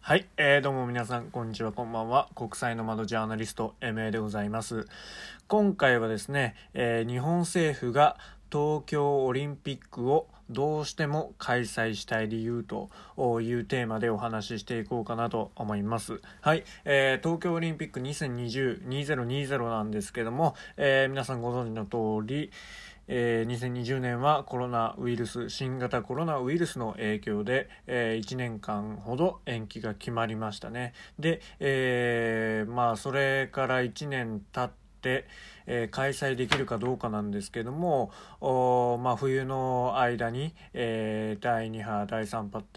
はい、どうも皆さんこんにちは、こんばんは。国際の窓ジャーナリスト MA でございます。今回はですね、日本政府が東京オリンピックをどうしても開催したい理由というテーマでお話ししていこうかなと思います。はい、東京オリンピック2020なんですけども、皆さんご存知の通り、2020年は新型コロナウイルスの影響で、1年間ほど延期が決まりましたね。で、それから1年経って、開催できるかどうかなんですけども、冬の間に、第2波第3波って、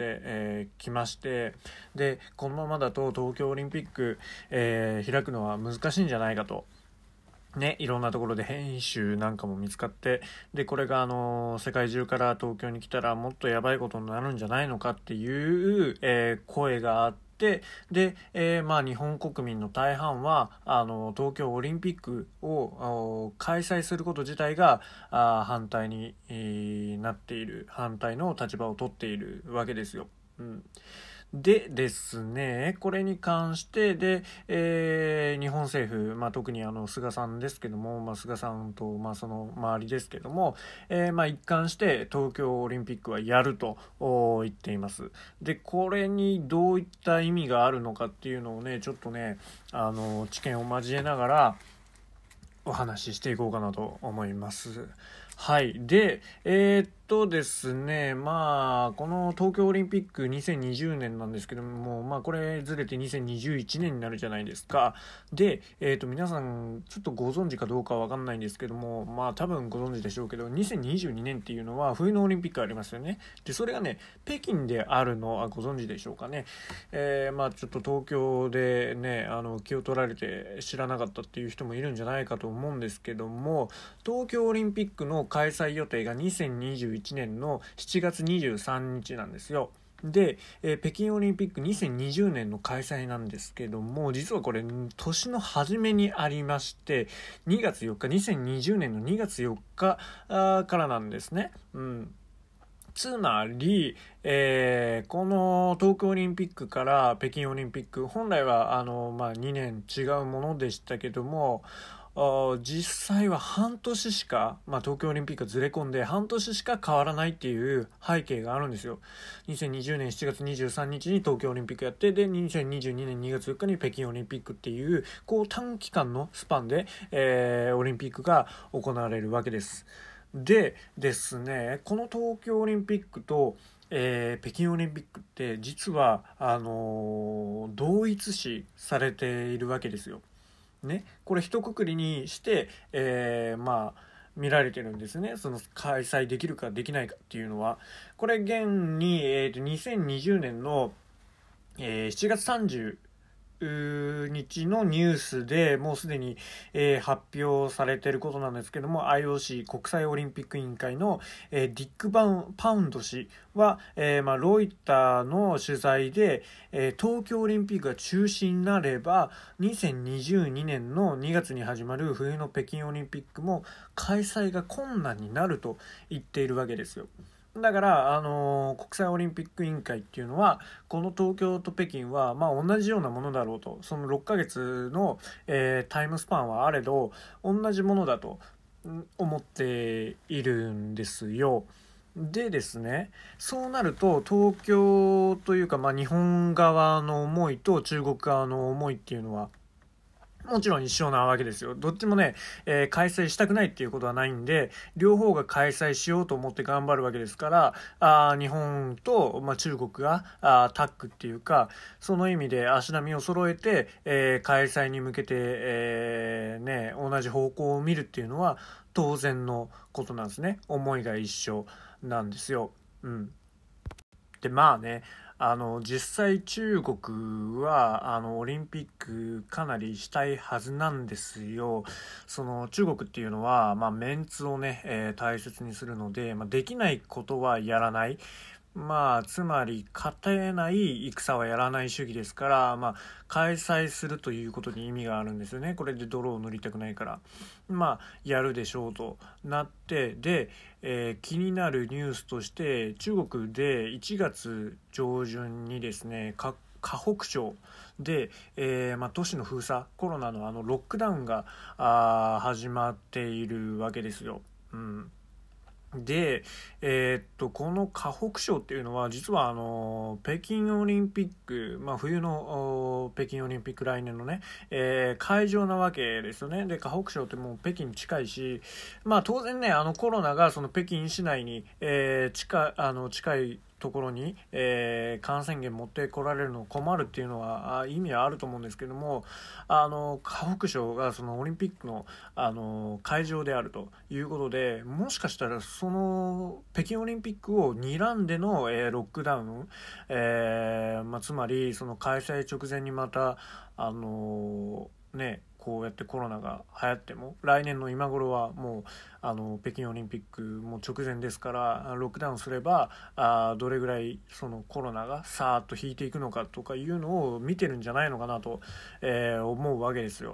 来まして、でこのままだと東京オリンピック、開くのは難しいんじゃないかとね、いろんなところで変異種なんかも見つかって、でこれが世界中から東京に来たらもっとやばいことになるんじゃないのかっていう、声があって、で、日本国民の大半は東京オリンピックを開催すること自体が反対に、なっている、反対の立場を取っているわけですよ。でですね、これに関してで、日本政府、特に菅さんですけども、菅さんと、その周りですけども、一貫して東京オリンピックはやると言っています。でこれにどういった意味があるのかっていうのをね、ちょっとね知見を交えながらお話ししていこうかなと思います。はい。で、ですね、この東京オリンピック2020年なんですけども、これずれて2021年になるじゃないですか。で、皆さんちょっとご存知かどうかわかんないんですけども、多分ご存知でしょうけど、2022年っていうのは冬のオリンピックありますよね。で、それがね、北京であるのはご存知でしょうかね。ちょっと東京でね、気を取られて知らなかったっていう人もいるんじゃないかと思うんですけども、東京オリンピックの開催予定が2021年の7月23日なんですよ。で、北京オリンピック2020年の開催なんですけども、実はこれ年の初めにありまして、2月4日2020年の2月4日からなんですね。つまり、この東京オリンピックから北京オリンピック、本来は2年違うものでしたけども、実際は半年しか、東京オリンピックがずれ込んで半年しか変わらないっていう背景があるんですよ。2020年7月23日に東京オリンピックやって、で2022年2月4日に北京オリンピックっていう短期間のスパンで、オリンピックが行われるわけです。でですね、この東京オリンピックと、北京オリンピックって実は同一視されているわけですよ。ね、これ一括りにして、見られてるんですね。その開催できるかできないかっていうのは、これ現に、2020年の、7月30日のニュースでもうすでに、発表されていることなんですけども、 IOC 国際オリンピック委員会の、ディック・パウンド氏は、ロイターの取材で、東京オリンピックが中止になれば2022年の2月に始まる冬の北京オリンピックも開催が困難になると言っているわけですよ。だから、国際オリンピック委員会っていうのは、この東京と北京は、同じようなものだろうと、その6ヶ月の、タイムスパンはあれど同じものだと思っているんですよ。でですね、そうなると東京というか、日本側の思いと中国側の思いっていうのはもちろん一緒なわけですよ。どっちもね、開催したくないっていうことはないんで、両方が開催しようと思って頑張るわけですから、日本と、中国がタッグっていうか、その意味で足並みを揃えて、開催に向けて、同じ方向を見るっていうのは当然のことなんですね。思いが一緒なんですよ。で実際中国はオリンピックかなりしたいはずなんですよ。その中国っていうのは、メンツをね、大切にするので、できないことはやらない。つまり勝てない戦はやらない主義ですから、開催するということに意味があるんですよね。これで泥を塗りたくないからやるでしょうとなって、で、気になるニュースとして中国で1月上旬にですね、 河北省で、都市の封鎖、コロナのロックダウンが始まっているわけですよ。で、この河北省っていうのは実は北京オリンピック、冬の北京オリンピック来年のね、会場なわけですよね。で、河北省ってもう北京に近いし、当然ね、コロナがその北京市内に、近いところに、感染源持ってこられるの困るっていうのは意味はあると思うんですけども、河北省がそのオリンピックの、会場であるということで、もしかしたらその北京オリンピックを睨んでの、ロックダウン、つまりその開催直前にまたこうやってコロナが流行っても来年の今頃はもう北京オリンピックも直前ですから、ロックダウンすればどれぐらいそのコロナがさーっと引いていくのかとかいうのを見てるんじゃないのかなと、思うわけですよ。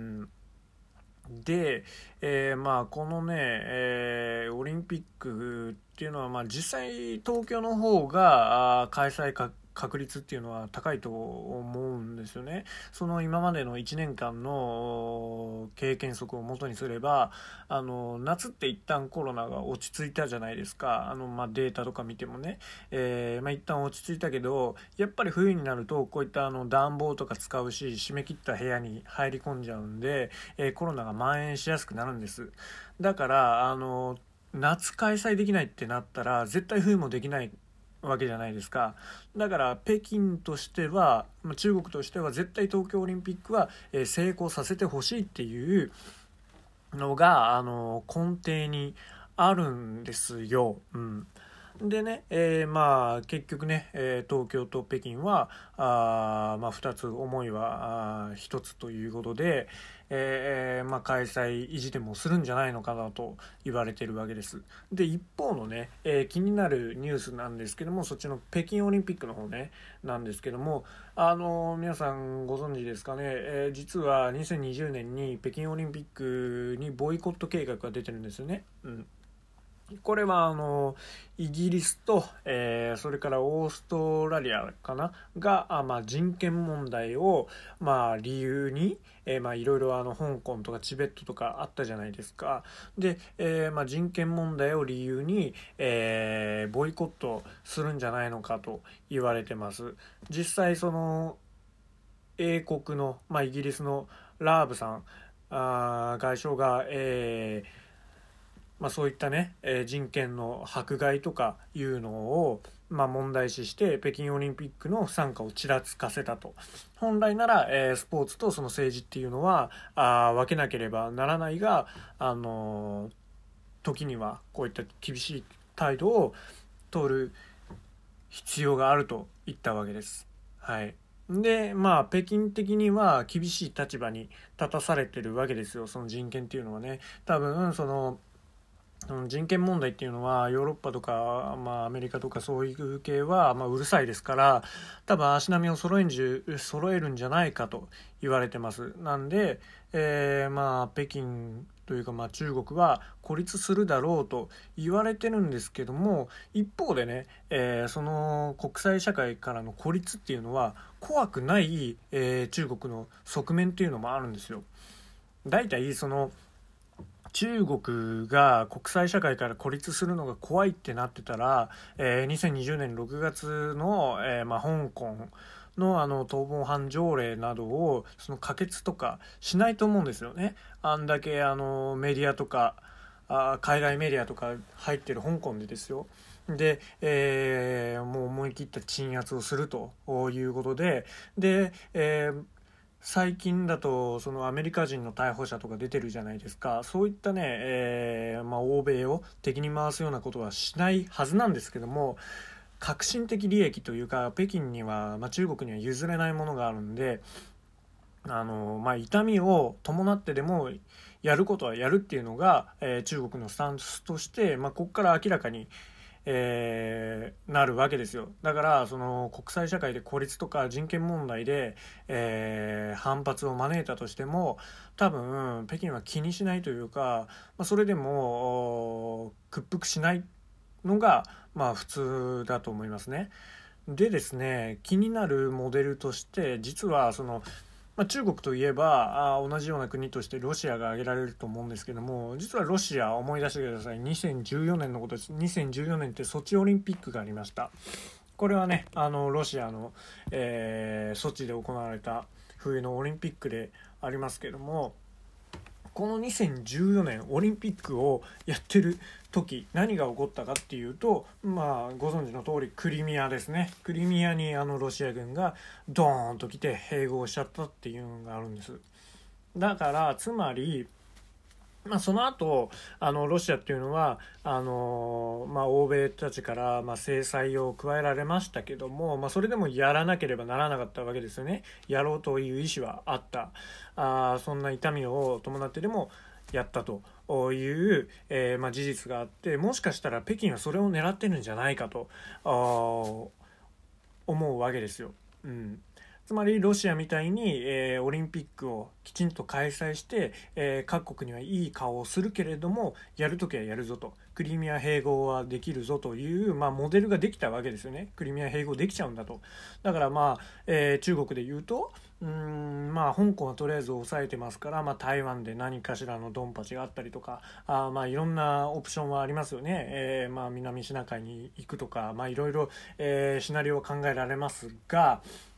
で、このね、オリンピックっていうのは、実際東京の方が開催確率っていうのは高いと思うんですよね。その今までの1年間の経験則をもとにすれば、夏って一旦コロナが落ち着いたじゃないですか。データとか見てもね、一旦落ち着いたけど、やっぱり冬になるとこういった暖房とか使うし、締め切った部屋に入り込んじゃうんで、コロナが蔓延しやすくなるんです。だから夏開催できないってなったら絶対冬もできないわけじゃないですか。だから北京としては、中国としては絶対東京オリンピックは成功させてほしいっていうのが根底にあるんですよ。でね、結局ね、東京と北京は2つ思いは1つということで、開催維持でもするんじゃないのかなと言われているわけです。で、一方のね、気になるニュースなんですけども、そっちの北京オリンピックの方ねなんですけども、皆さんご存知ですかね、実は2020年に北京オリンピックにボイコット計画が出てるんですよね。これはイギリスと、それからオーストラリアかなが人権問題を理由に、いろいろ香港とかチベットとかあったじゃないですか。で、人権問題を理由に、ボイコットするんじゃないのかと言われてます。実際その英国の、イギリスのラーブさん外相が、そういったね、人権の迫害とかいうのを、問題視して北京オリンピックの不参加をちらつかせたと。本来なら、スポーツとその政治っていうのは分けなければならないが、時にはこういった厳しい態度を取る必要があると言ったわけです。で、北京的には厳しい立場に立たされてるわけですよ。その人権っていうのはね、多分その人権問題っていうのはヨーロッパとか、アメリカとかそういう系は、うるさいですから、多分足並みを揃えるんじゃないかと言われてます。なんで、北京というか、中国は孤立するだろうと言われてるんですけども、一方でね、その国際社会からの孤立っていうのは怖くない、中国の側面っていうのもあるんですよ。だいたいその中国が国際社会から孤立するのが怖いってなってたら、2020年6月の、香港の逃亡犯条例などをその可決とかしないと思うんですよね。あんだけメディアとか海外メディアとか入ってる香港でですよ。で、もう思い切った鎮圧をするということで、最近だとそのアメリカ人の逮捕者とか出てるじゃないですか。そういったね、欧米を敵に回すようなことはしないはずなんですけども、革新的利益というか北京には、中国には譲れないものがあるんで、痛みを伴ってでもやることはやるっていうのが、中国のスタンスとして、ここから明らかになるわけですよ。だからその国際社会で孤立とか人権問題で、反発を招いたとしても多分北京は気にしないというか、それでも屈服しないのが普通だと思いますね。 でですね、気になるモデルとして実は中国といえば同じような国としてロシアが挙げられると思うんですけども、実はロシア、思い出してください。2014年のことです。2014年ってソチオリンピックがありました。これはね、ロシアの、ソチで行われた冬のオリンピックでありますけども、この2014年オリンピックをやってる時、何が起こったかっていうと、ご存知の通りクリミアですね。クリミアにロシア軍がドーンと来て併合しちゃったっていうのがあるんです。だからつまりその後ロシアっていうのは欧米たちから、制裁を加えられましたけども、それでもやらなければならなかったわけですよね。やろうという意思はあった。そんな痛みを伴ってでもやったという、事実があって、もしかしたら北京はそれを狙ってるんじゃないかと思うわけですよ。つまりロシアみたいに、オリンピックをきちんと開催して、各国にはいい顔をするけれども、やるときはやるぞと、クリミア併合はできるぞという、モデルができたわけですよね。クリミア併合できちゃうんだと。だから中国で言うと香港はとりあえず抑えてますから、台湾で何かしらのドンパチがあったりとか、いろんなオプションはありますよね。南シナ海に行くとか、いろいろ、シナリオは考えられますが、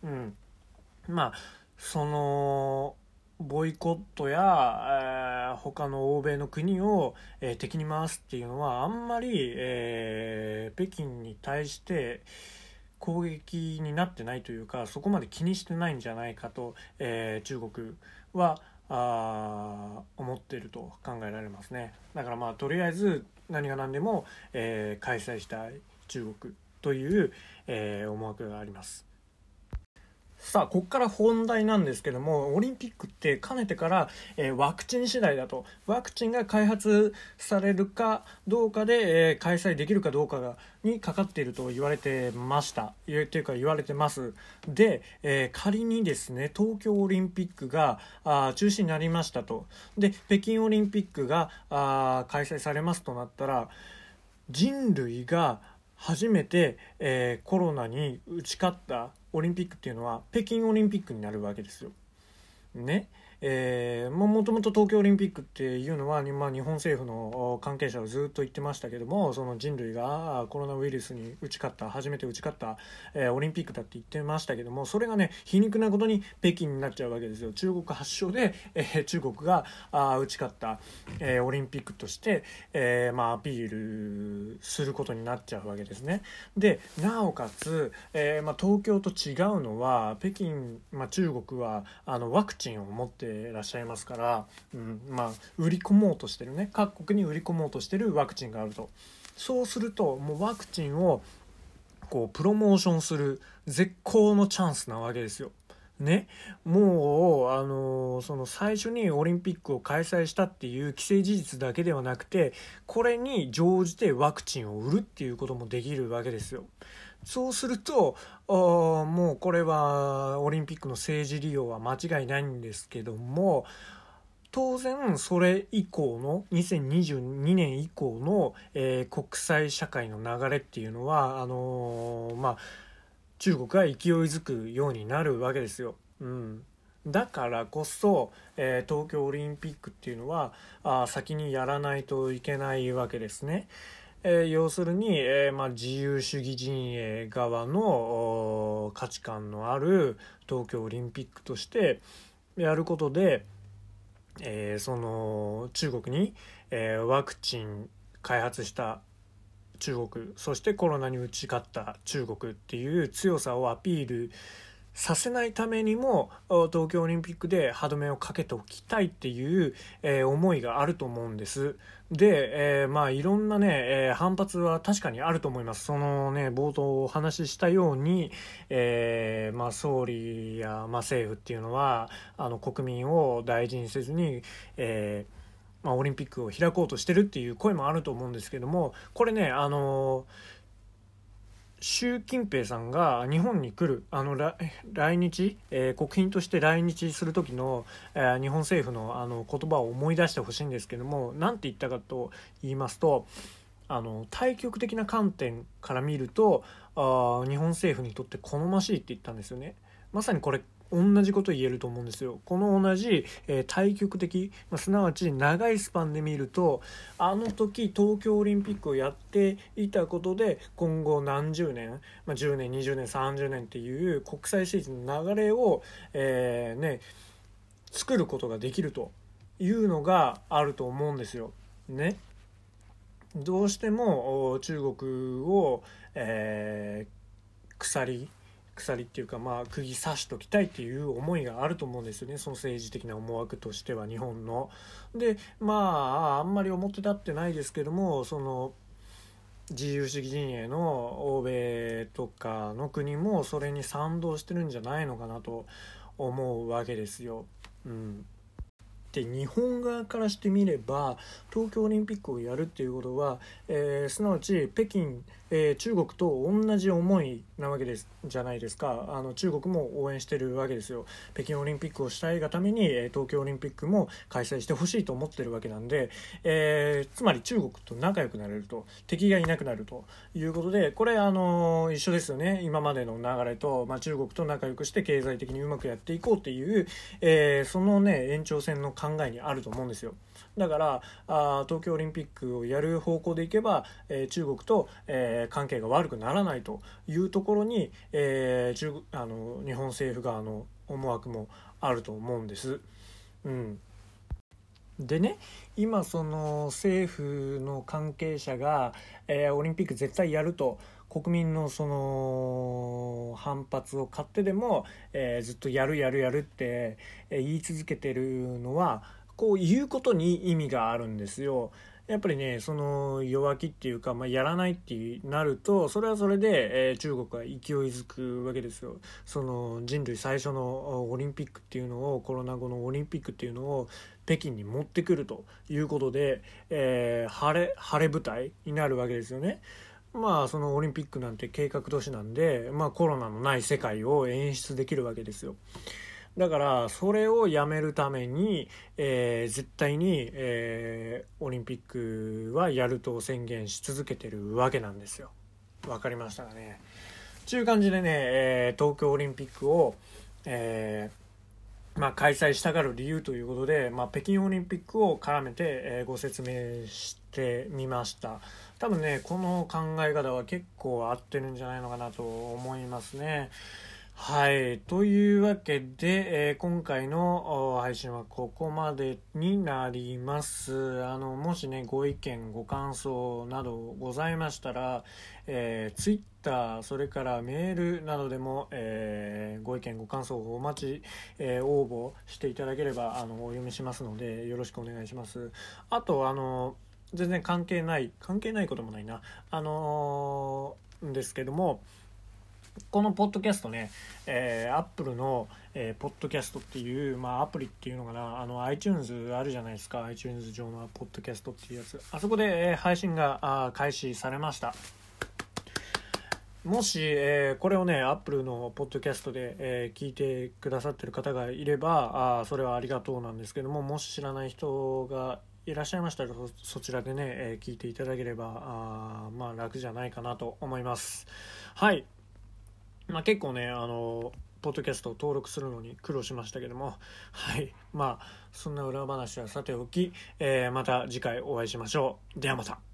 そのボイコットや、他の欧米の国を、敵に回すっていうのはあんまり、北京に対して攻撃になってないというか、そこまで気にしてないんじゃないかと、中国は思っていると考えられますね。だからとりあえず何が何でも、開催したい中国という、思惑があります。さあ、ここから本題なんですけども、オリンピックってかねてから、ワクチン次第だと、ワクチンが開発されるかどうかで、開催できるかどうかにかかっていると言われてました。というか言われてます。で、仮にですね、東京オリンピックが中止になりましたと。で、北京オリンピックが開催されますとなったら、人類が初めて、コロナに打ち勝ったオリンピックっていうのは北京オリンピックになるわけですよ。ね。もともと東京オリンピックっていうのは、日本政府の関係者はずっと言ってましたけども、その人類がコロナウイルスに初めて打ち勝った、オリンピックだって言ってましたけども、それがね、皮肉なことに北京になっちゃうわけですよ。中国発祥で、中国が打ち勝った、オリンピックとして、アピールすることになっちゃうわけですね。でなおかつ、東京と違うのは北京、中国はワクチンを持っていらっしゃいますから、売り込もうとしてるね、各国に売り込もうとしてるワクチンがあると。そうするともうワクチンをこうプロモーションする絶好のチャンスなわけですよ。ね、もうその最初にオリンピックを開催したっていう既成事実だけではなくて、これに乗じてワクチンを売るっていうこともできるわけですよ。そうするともうこれはオリンピックの政治利用は間違いないんですけども、当然それ以降の2022年以降の、国際社会の流れっていうのは中国が勢いづくようになるわけですよ。だからこそ、東京オリンピックっていうのは先にやらないといけないわけですね。要するに、自由主義陣営側の価値観のある東京オリンピックとしてやることで、その中国に、ワクチン開発した中国、そしてコロナに打ち勝った中国っていう強さをアピールさせないためにも東京オリンピックで歯止めをかけておきたいっていう、思いがあると思うんです。で、いろんなね、反発は確かにあると思います。そのね、冒頭お話ししたように、総理や、政府っていうのは国民を大事にせずに、オリンピックを開こうとしてるっていう声もあると思うんですけども、これね習近平さんが日本に来る来日、国賓として来日する時の、日本政府の言葉を思い出してほしいんですけども、何て言ったかと言いますと、 対極的な観点から見ると日本政府にとって好ましいって言ったんですよね。まさにこれ同じこと言えると思うんですよ。この同じ、対極的、すなわち長いスパンで見るとあの時東京オリンピックをやっていたことで今後何十年、10年20年30年っていう国際政治の流れを、作ることができるというのがあると思うんですよね。どうしても中国を、鎖っていうか、釘刺しときたいっていう思いがあると思うんですよね。その政治的な思惑としては日本の。であんまり表立ってないですけども、その自由主義陣営の欧米とかの国もそれに賛同してるんじゃないのかなと思うわけですよ。で日本側からしてみれば東京オリンピックをやるっていうことは、すなわち北京、中国と同じ思いなわけですじゃないですか。中国も応援してるわけですよ。北京オリンピックをしたいがために、東京オリンピックも開催してほしいと思ってるわけなんで、つまり中国と仲良くなれると、敵がいなくなるということで、これ一緒ですよね。今までの流れと、中国と仲良くして経済的にうまくやっていこうっていう、そのね延長線の考えにあると思うんですよ。だから東京オリンピックをやる方向でいけば、中国と、関係が悪くならないというところに、日本政府側の思惑もあると思うんです。でね、今その政府の関係者が、オリンピック絶対やると国民のその反発を買ってでも、ずっとやるって、言い続けてるのはこう言うことに意味があるんですよ。やっぱりねその弱気っていうか、やらないってなるとそれはそれで、中国は勢いづくわけですよ。その人類最初のオリンピックっていうのを、コロナ後のオリンピックっていうのを北京に持ってくるということで、晴れ舞台になるわけですよね。そのオリンピックなんて計画都市なんで、コロナのない世界を演出できるわけですよ。だからそれをやめるために、絶対に、オリンピックはやると宣言し続けてるわけなんですよ。わかりましたかね。という感じでね、東京オリンピックを、開催したがる理由ということで、北京オリンピックを絡めて、ご説明してみました。多分ねこの考え方は結構合ってるんじゃないのかなと思いますね。はい。というわけで、今回の配信はここまでになります。もしね、ご意見、ご感想などございましたら、Twitter、それからメールなどでも、ご意見、ご感想を応募していただければ、お読みしますので、よろしくお願いします。あと、全然関係ないこともないな。ですけども、このポッドキャストね、Apple の、ポッドキャストっていう、アプリっていうのかな、iTunes あるじゃないですか。 iTunes 上のポッドキャストっていうやつ、あそこで、配信が開始されました。もし、これをね Apple のポッドキャストで、聞いてくださってる方がいればそれはありがとうなんですけども、もし知らない人がいらっしゃいましたら そちらでね、聞いていただければ楽じゃないかなと思います。はい。結構ねポッドキャストを登録するのに苦労しましたけども、はい。そんな裏話はさておき、また次回お会いしましょう。ではまた。